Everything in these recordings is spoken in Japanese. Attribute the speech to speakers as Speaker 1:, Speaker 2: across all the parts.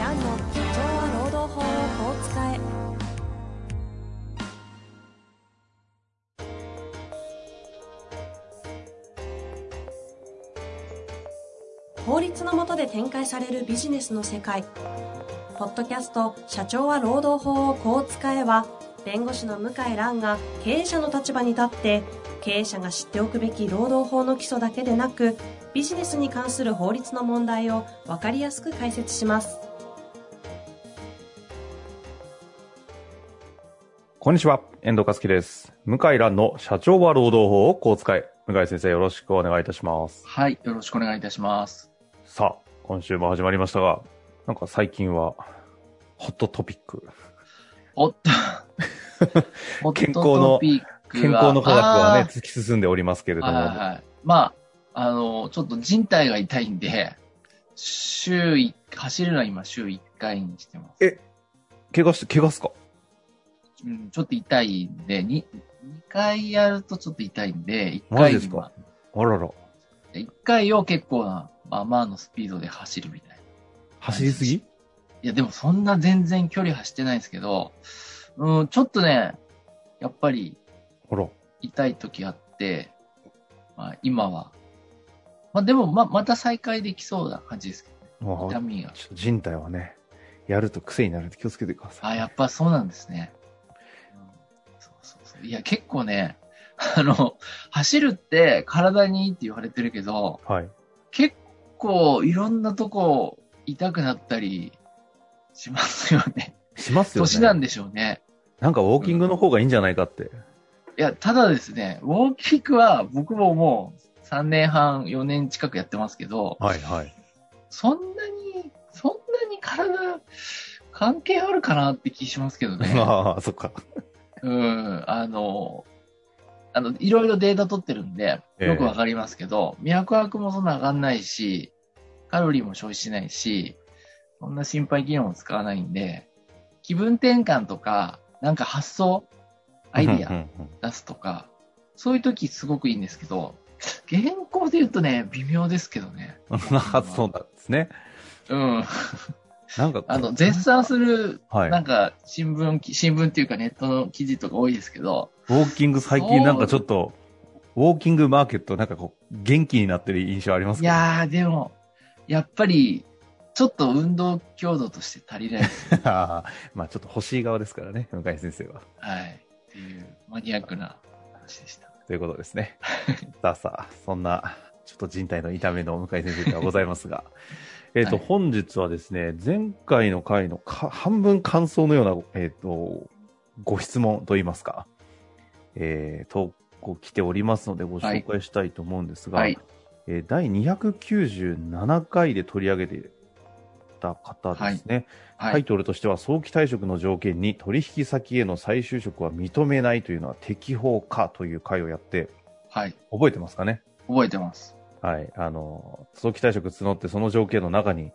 Speaker 1: 蘭の社長は労働法をこう使え。法律の下で展開されるビジネスの世界。ポッドキャスト社長は労働法をこう使えは、弁護士の向井蘭が経営者の立場に立って経営者が知っておくべき労働法の基礎だけでなく、ビジネスに関する法律の問題を分かりやすく解説します。
Speaker 2: こんにちは、遠藤和樹です。向井蘭の社長は労働法をこう使え。向井先生、よろしくお願いいたします。
Speaker 3: はい、よろしくお願いいたします。
Speaker 2: さあ、今週も始まりましたが、なんか最近はホットトピック。健康の科学はね、突き進んでおりますけれども。
Speaker 3: はい。まあ、ちょっと人体が痛いんで、走るのは今週1回にしてます。
Speaker 2: 怪我すか？
Speaker 3: うん、ちょっと痛いんで、2回やるとちょっと痛いんで、1回
Speaker 2: マジですか？あらら。
Speaker 3: 1回を結構な、まあのスピードで走るみたいな。
Speaker 2: 走りすぎ？
Speaker 3: いや、でもそんな全然距離走ってないんですけど、ちょっとね、やっぱり、痛い時あって、今は。でも、また再開できそうな感じですけどね。痛みが。
Speaker 2: ちょっと人体はね、やると癖になるんで気をつけてください。
Speaker 3: やっぱそうなんですね。そう。いや、結構ね、走るって体にいいって言われてるけど、
Speaker 2: はい。
Speaker 3: 結構いろんなとこ痛くなったりしますよね。
Speaker 2: しますよね。
Speaker 3: 年なんでしょうね。
Speaker 2: なんかウォーキングの方がいいんじゃないかって。
Speaker 3: いや、ただですね、ウォーキングは僕ももう3年半、4年近くやってますけど、
Speaker 2: はいはい。
Speaker 3: そんなに体関係あるかなって気しますけどね。
Speaker 2: ああ、そっか。
Speaker 3: いろいろデータ取ってるんで、よくわかりますけど、脈拍もそんな上がんないし、カロリーも消費しないし、そんな心肺機能も使わないんで、気分転換とか、なんか発想、アイディア出すとか、そういう時すごくいいんですけど、現行で言うとね、微妙ですけどね。
Speaker 2: そうなんですね。
Speaker 3: うん。
Speaker 2: なんか
Speaker 3: 絶賛する、
Speaker 2: はい、
Speaker 3: なんか新聞っていうかネットの記事とか多いですけど。
Speaker 2: ウォーキング最近なんかちょっと、ウォーキングマーケットなんかこう、元気になってる印象ありますか？
Speaker 3: いやー、でも、やっぱり、ちょっと運動強度として足りないです、ね。
Speaker 2: まあちょっと欲しい側ですからね、向井先生は。
Speaker 3: はい。っていうマニアックな話でした。
Speaker 2: ということですね。さあ、そんな、ちょっと人体の痛めの向井先生ではございますが、はい、本日はですね、前回の回の半分感想のような、ご質問といいますか、投稿来ておりますのでご紹介したいと思うんですが、
Speaker 3: はい
Speaker 2: 第297回で取り上げていた方ですね、はい、タイトルとしては早期退職の条件に取引先への再就職は認めないというのは適法かという回をやって、
Speaker 3: はい、
Speaker 2: 覚えてますかね？
Speaker 3: 覚えてます。
Speaker 2: はい。早期退職募ってその条件の中に、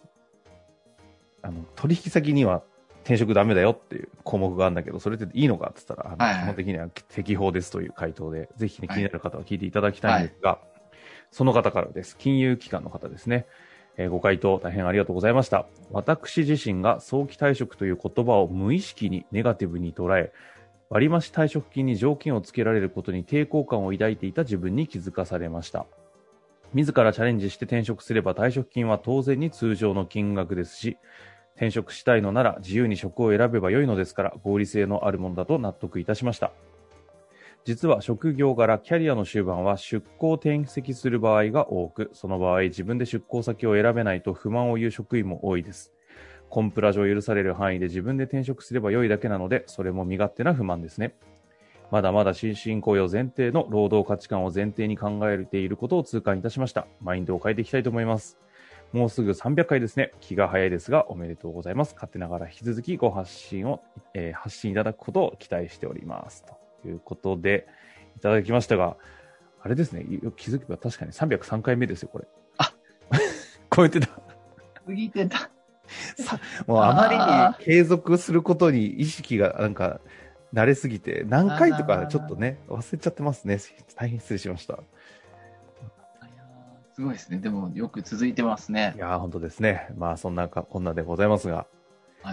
Speaker 2: 取引先には転職ダメだよっていう項目があるんだけど、それっていいのかって言ったら、基本的には適法ですという回答で、ぜひね、気になる方は聞いていただきたいんですが、その方からです。金融機関の方ですね。ご回答大変ありがとうございました。私自身が早期退職という言葉を無意識にネガティブに捉え、割増退職金に条件をつけられることに抵抗感を抱いていた自分に気づかされました。自らチャレンジして転職すれば退職金は当然に通常の金額ですし、転職したいのなら自由に職を選べば良いのですから合理性のあるものだと納得いたしました。実は職業柄キャリアの終盤は出向転籍する場合が多く、その場合自分で出向先を選べないと不満を言う職員も多いです。コンプラ上許される範囲で自分で転職すれば良いだけなので、それも身勝手な不満ですね。まだまだ終身雇用前提の労働価値観を前提に考えていることを痛感いたしました。マインドを変えていきたいと思います。もうすぐ300回ですね。気が早いですがおめでとうございます。勝手ながら引き続きご発信を、発信いただくことを期待しております。ということでいただきましたが、あれですね。気づけば確かに303回目ですよ、これ。超えてた。
Speaker 3: 過ぎてた。
Speaker 2: もうあまりに継続することに意識がなんか慣れすぎて、何回とかちょっとね、忘れちゃってますね。大変失礼しました。
Speaker 3: すごいですね。でもよく続いてますね。
Speaker 2: いやー、本当ですね。まあ、そんなこんなでございますが。
Speaker 3: はい。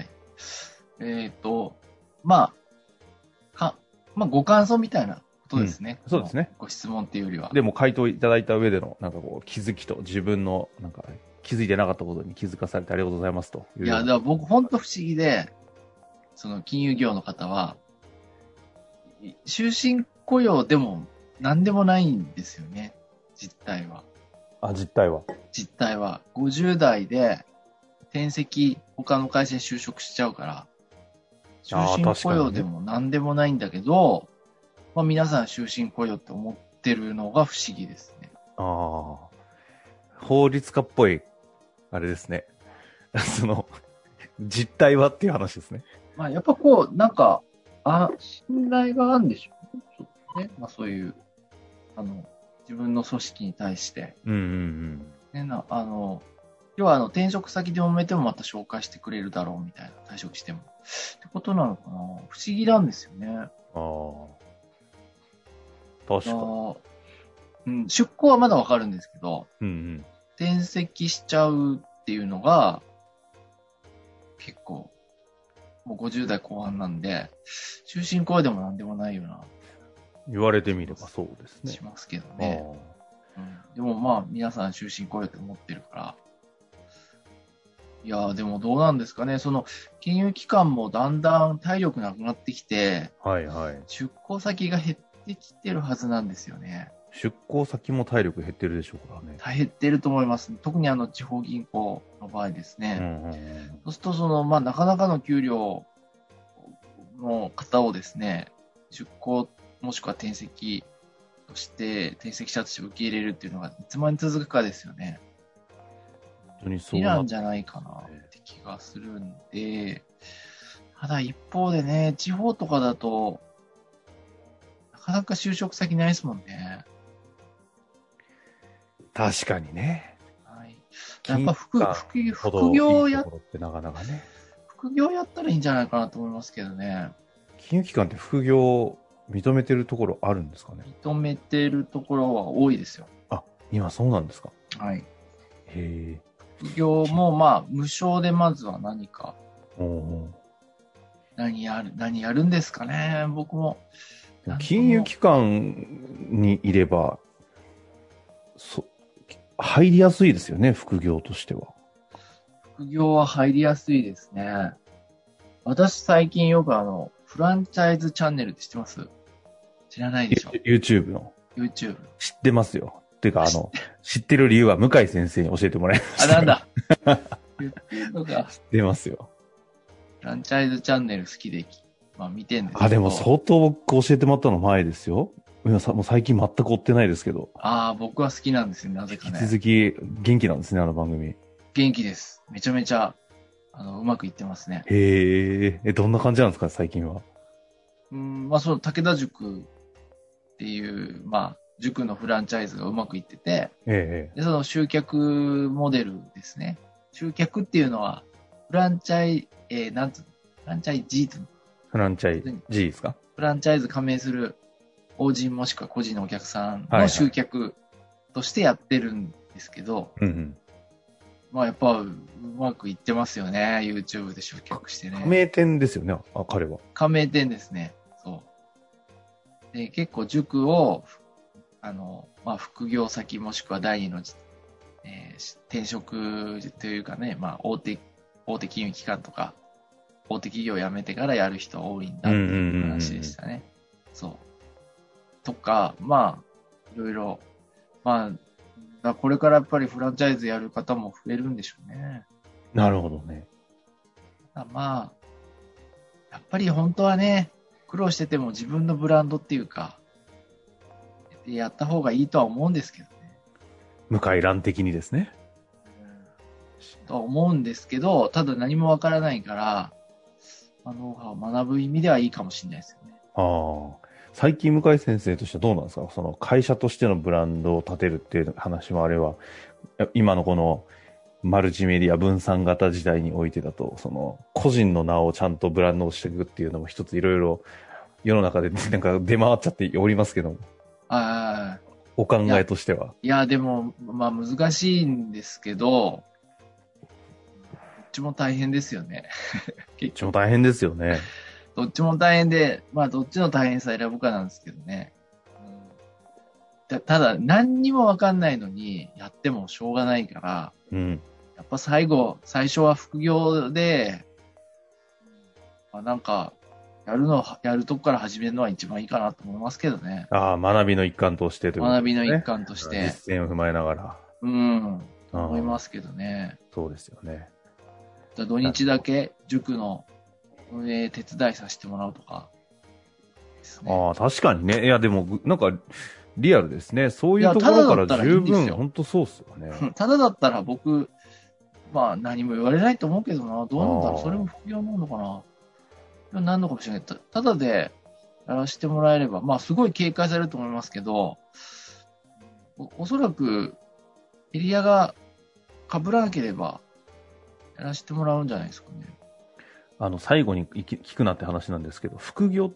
Speaker 3: まあ、ご感想みたいなことですね。
Speaker 2: そうですね。
Speaker 3: ご質問っていうよりは。
Speaker 2: でも、回答いただいた上での、気づきと、自分の、気づいてなかったことに気づかされてありがとうございますという。
Speaker 3: いや、だから僕、本当不思議で、その金融業の方は、終身雇用でも何でもないんですよね。実態は。
Speaker 2: 実態は。
Speaker 3: 実態は。50代で転籍、他の会社に就職しちゃうから、終身雇用でも何でもないんだけど、まあ皆さん終身雇用って思ってるのが不思議ですね。
Speaker 2: 法律家っぽい、あれですね。その、実態はっていう話ですね。
Speaker 3: まあやっぱ信頼があるんでしょうね。ちょっとね。まあそういう、自分の組織に対して。ね、要は転職先で揉めてもまた紹介してくれるだろうみたいな、退職しても。ってことなのかな。不思議なんですよね。
Speaker 2: 確か
Speaker 3: に。出向はまだわかるんですけど、転籍しちゃうっていうのが、結構、もう50代後半なんで、終身雇用でもなんでもないような。
Speaker 2: 言われてみればそうですね。
Speaker 3: しますけどね。でもまあ、皆さん終身雇用って思ってるから。いやー、でもどうなんですかね。その、金融機関もだんだん体力なくなってきて、出向先が減ってきてるはずなんですよね。
Speaker 2: 出向先も体力減ってるでしょうからね。
Speaker 3: 減ってると思います。特に地方銀行の場合ですね。そうすると、まあ、なかなかの給料の方をですね、出向もしくは転籍として、転籍者として受け入れるっていうのがいつまで続くかですよね。
Speaker 2: 本当にそう
Speaker 3: なんじゃないかなって気がするんで、ただ一方でね、地方とかだと、なかなか就職先ないですもんね。
Speaker 2: 確かにね。
Speaker 3: はい。やっぱ副業や
Speaker 2: ってなかなかね。
Speaker 3: 副業やったらいいんじゃないかなと思いますけどね。
Speaker 2: 金融機関って副業認めてるところあるんですかね。
Speaker 3: 認めてるところは多いですよ。
Speaker 2: 今そうなんですか。
Speaker 3: はい。
Speaker 2: へえ。
Speaker 3: 副業もまあ無償でまずは何か。何やるんですかね。僕も。
Speaker 2: 金融機関にいれば、入りやすいですよね、副業としては。
Speaker 3: 副業は入りやすいですね。私最近よくフランチャイズチャンネルって知ってます？知らないでしょ？
Speaker 2: YouTube の。
Speaker 3: YouTube。
Speaker 2: 知ってますよ。てか知ってる理由は向井先生に教えてもらいました。
Speaker 3: なんだ。言ってるのか。
Speaker 2: 知ってますよ。
Speaker 3: フランチャイズチャンネル好きで、まあ見てんですけど。
Speaker 2: でも相当僕教えてもらったの前ですよ。もう最近全く追ってないですけど。
Speaker 3: 僕は好きなんですよ、なぜかね。
Speaker 2: 引き続き元気なんですね、あの番組。
Speaker 3: 元気です。めちゃめちゃ、うまくいってますね。
Speaker 2: へえ。どんな感じなんですか、最近は。
Speaker 3: まあその武田塾っていう、まあ、塾のフランチャイズがうまくいってて、で、その集客モデルですね。集客っていうのは、フランチャイジ
Speaker 2: ですか？
Speaker 3: フランチャイズ加盟する法人もしくは個人のお客さんの集客としてやってるんですけど、まあやっぱうまくいってますよね。YouTube で集客してね。
Speaker 2: 加盟店ですよね、彼は。
Speaker 3: 加盟店ですね。そう。で、結構塾を、まあ副業先もしくは第二の、転職というかね、まあ大手金融機関とか、大手企業を辞めてからやる人多いんだっていう話でしたね。そう。とか、まあ、いろいろ、まあ、これからやっぱりフランチャイズやる方も増えるんでしょうね。
Speaker 2: なるほどね。
Speaker 3: まあ、やっぱり本当はね、苦労してても自分のブランドっていうか、やった方がいいとは思うんですけどね。
Speaker 2: 向井蘭的にですね。
Speaker 3: とは思うんですけど、ただ何もわからないから、ノウハウを学ぶ意味ではいいかもしれないですよね。
Speaker 2: 最近向井先生としてはどうなんですか？その会社としてのブランドを立てるっていう話もあれば、今のこのマルチメディア分散型時代においてだと、その個人の名をちゃんとブランドをしていくっていうのも一ついろいろ世の中でなんか出回っちゃっておりますけども。 お考えとしては。
Speaker 3: いや、でも、まあ難しいんですけど、どっちも大変ですよね。
Speaker 2: どっちも大変ですよね。
Speaker 3: どっちも大変で、まあどっちの大変さ選ぶかなんですけどね。ただ、何にもわかんないのに、やってもしょうがないから、
Speaker 2: うん。
Speaker 3: やっぱ最初は副業で、まあ、なんか、やるとこから始めるのは一番いいかなと思いますけどね。
Speaker 2: ああ、学びの一環としてということですね。
Speaker 3: 学びの一環として。
Speaker 2: 実践を踏まえながら。
Speaker 3: 思いますけどね。
Speaker 2: そうですよね。
Speaker 3: じゃあ土日だけ塾の運営手伝いさせてもらうとかですね。
Speaker 2: ああ、確かにね。いや、でも、なんか、リアルですね。そういうところから十分、本当そうっすよね。
Speaker 3: ただだったら僕、まあ何も言われないと思うけどな。どうなんだろう。それも副業なのかな。なんのかもしれない。ただでやらせてもらえれば、まあすごい警戒されると思いますけど、おそらくエリアが被らなければやらせてもらうんじゃないですかね。
Speaker 2: 最後に聞くなって話なんですけど、副業って、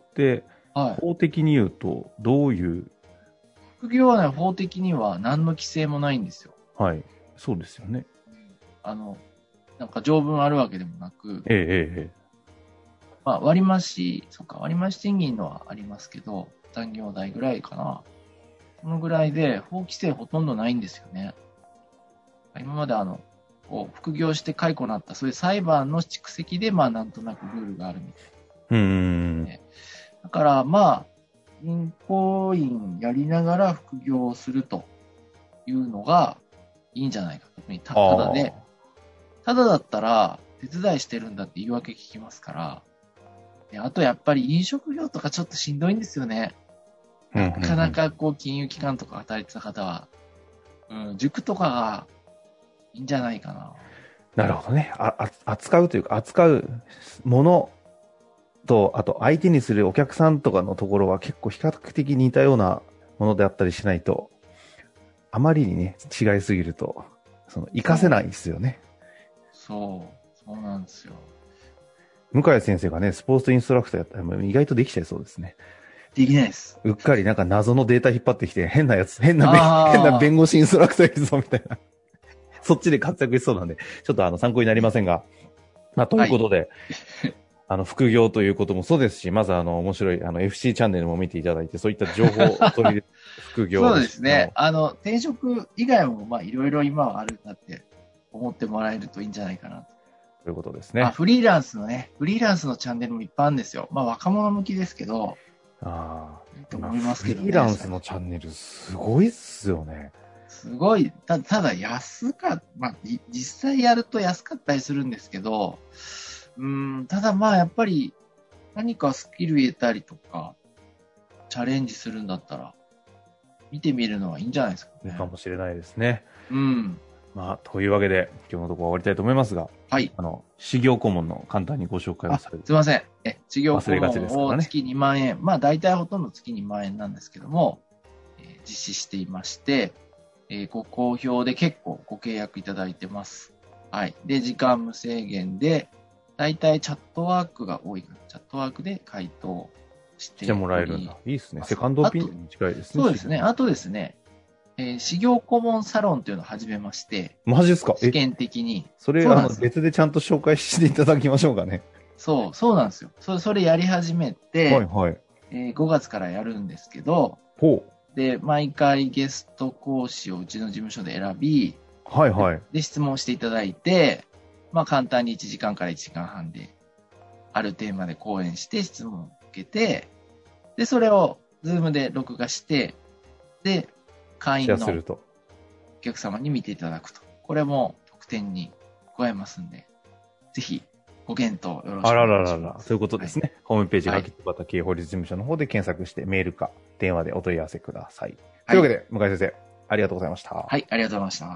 Speaker 2: 法的に言うとどういう、
Speaker 3: 副業はね、法的には何の規制もないんですよ。
Speaker 2: はい。そうですよね。
Speaker 3: なんか条文あるわけでもなく、まあ、割増賃金のはありますけど、残業代ぐらいかな。そのぐらいで、法規制ほとんどないんですよね。今まで副業して解雇になった、そういう裁判の蓄積で、まあ、なんとなくルールがあるみたいな。だから、まあ、銀行員やりながら副業をするというのがいいんじゃないかと。ただだったら、手伝いしてるんだって言い訳聞きますから、あとやっぱり飲食業とかちょっとしんどいんですよね。なかなか金融機関とか働いてた方は、塾とかがいいんじゃないかな。
Speaker 2: なるほどね。扱うものと、あと相手にするお客さんとかのところは結構比較的似たようなものであったりしないと、あまりにね、違いすぎると、活かせないですよね。
Speaker 3: そうなんですよ。
Speaker 2: 向井先生がね、スポーツインストラクターやったら意外とできちゃいそうですね。
Speaker 3: できないです。
Speaker 2: うっかりなんか謎のデータ引っ張ってきて、変な弁護士インストラクターいるぞみたいな。そっちで活躍しそうなんで、ちょっと参考になりませんが。まあ、ということで、副業ということもそうですし、まず面白いFC チャンネルも見ていただいて、そういった情報を取り入れ副業
Speaker 3: そうですね。転職以外もまあいろいろ今はあるんだって思ってもらえるといいんじゃないかなと。
Speaker 2: ということですね。
Speaker 3: フリーランスのチャンネルもいっぱいあるんですよ。まあ若者向きですけど。いいと思いますけどね。
Speaker 2: フリーランスのチャンネルすごいっすよね。
Speaker 3: すごい。ただまあ実際やると安かったりするんですけど、ただまあやっぱり何かスキル得たりとか、チャレンジするんだったら、見てみるのはいいんじゃないですかね。
Speaker 2: いいかもしれないですね。
Speaker 3: ま
Speaker 2: あ、というわけで、今日のところ終わりたいと思いますが、
Speaker 3: はい。
Speaker 2: 始業顧問の簡単にご紹介をされる。
Speaker 3: すいません。始業顧問を月2万円、まあ大体ほとんど月2万円なんですけども、実施していまして、ご好評で結構ご契約いただいてます。はい。で、時間無制限で、大体チャットワークが多いかな。チャットワークで回答して
Speaker 2: もらえるんだ。いいですね。セカンドオピニオンに近いですね。
Speaker 3: そうですね。あとですね、始業顧問サロンというのを始めまして。
Speaker 2: マジですか？
Speaker 3: 試験的に。
Speaker 2: それ、別でちゃんと紹介していただきましょうかね。
Speaker 3: そうなんですよ。それやり始めて、5月からやるんですけど、で、毎回ゲスト講師をうちの事務所で選び、で、質問していただいて、まあ簡単に1時間から1時間半で、あるテーマで講演して質問を受けて、で、それをズームで録画して、で、会員のお客様に見ていただくと。これも特典に加えますんで、ぜひご検討よろしくお願いします。
Speaker 2: あらららら、そういうことですね。ホームページ、秋葉経営法律事務所の方で検索してメールか電話でお問い合わせください。というわけで、向井先生、ありがとうございました。
Speaker 3: はい、ありがとうございました。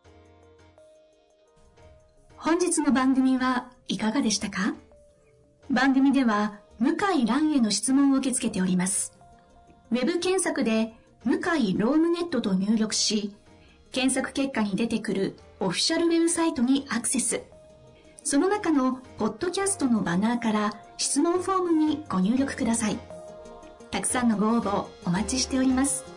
Speaker 1: 本日の番組はいかがでしたか？番組では向井蘭への質問を受け付けております。ウェブ検索で向井ロームネットと入力し、検索結果に出てくるオフィシャルウェブサイトにアクセス。その中のポッドキャストのバナーから質問フォームにご入力ください。たくさんのご応募お待ちしております。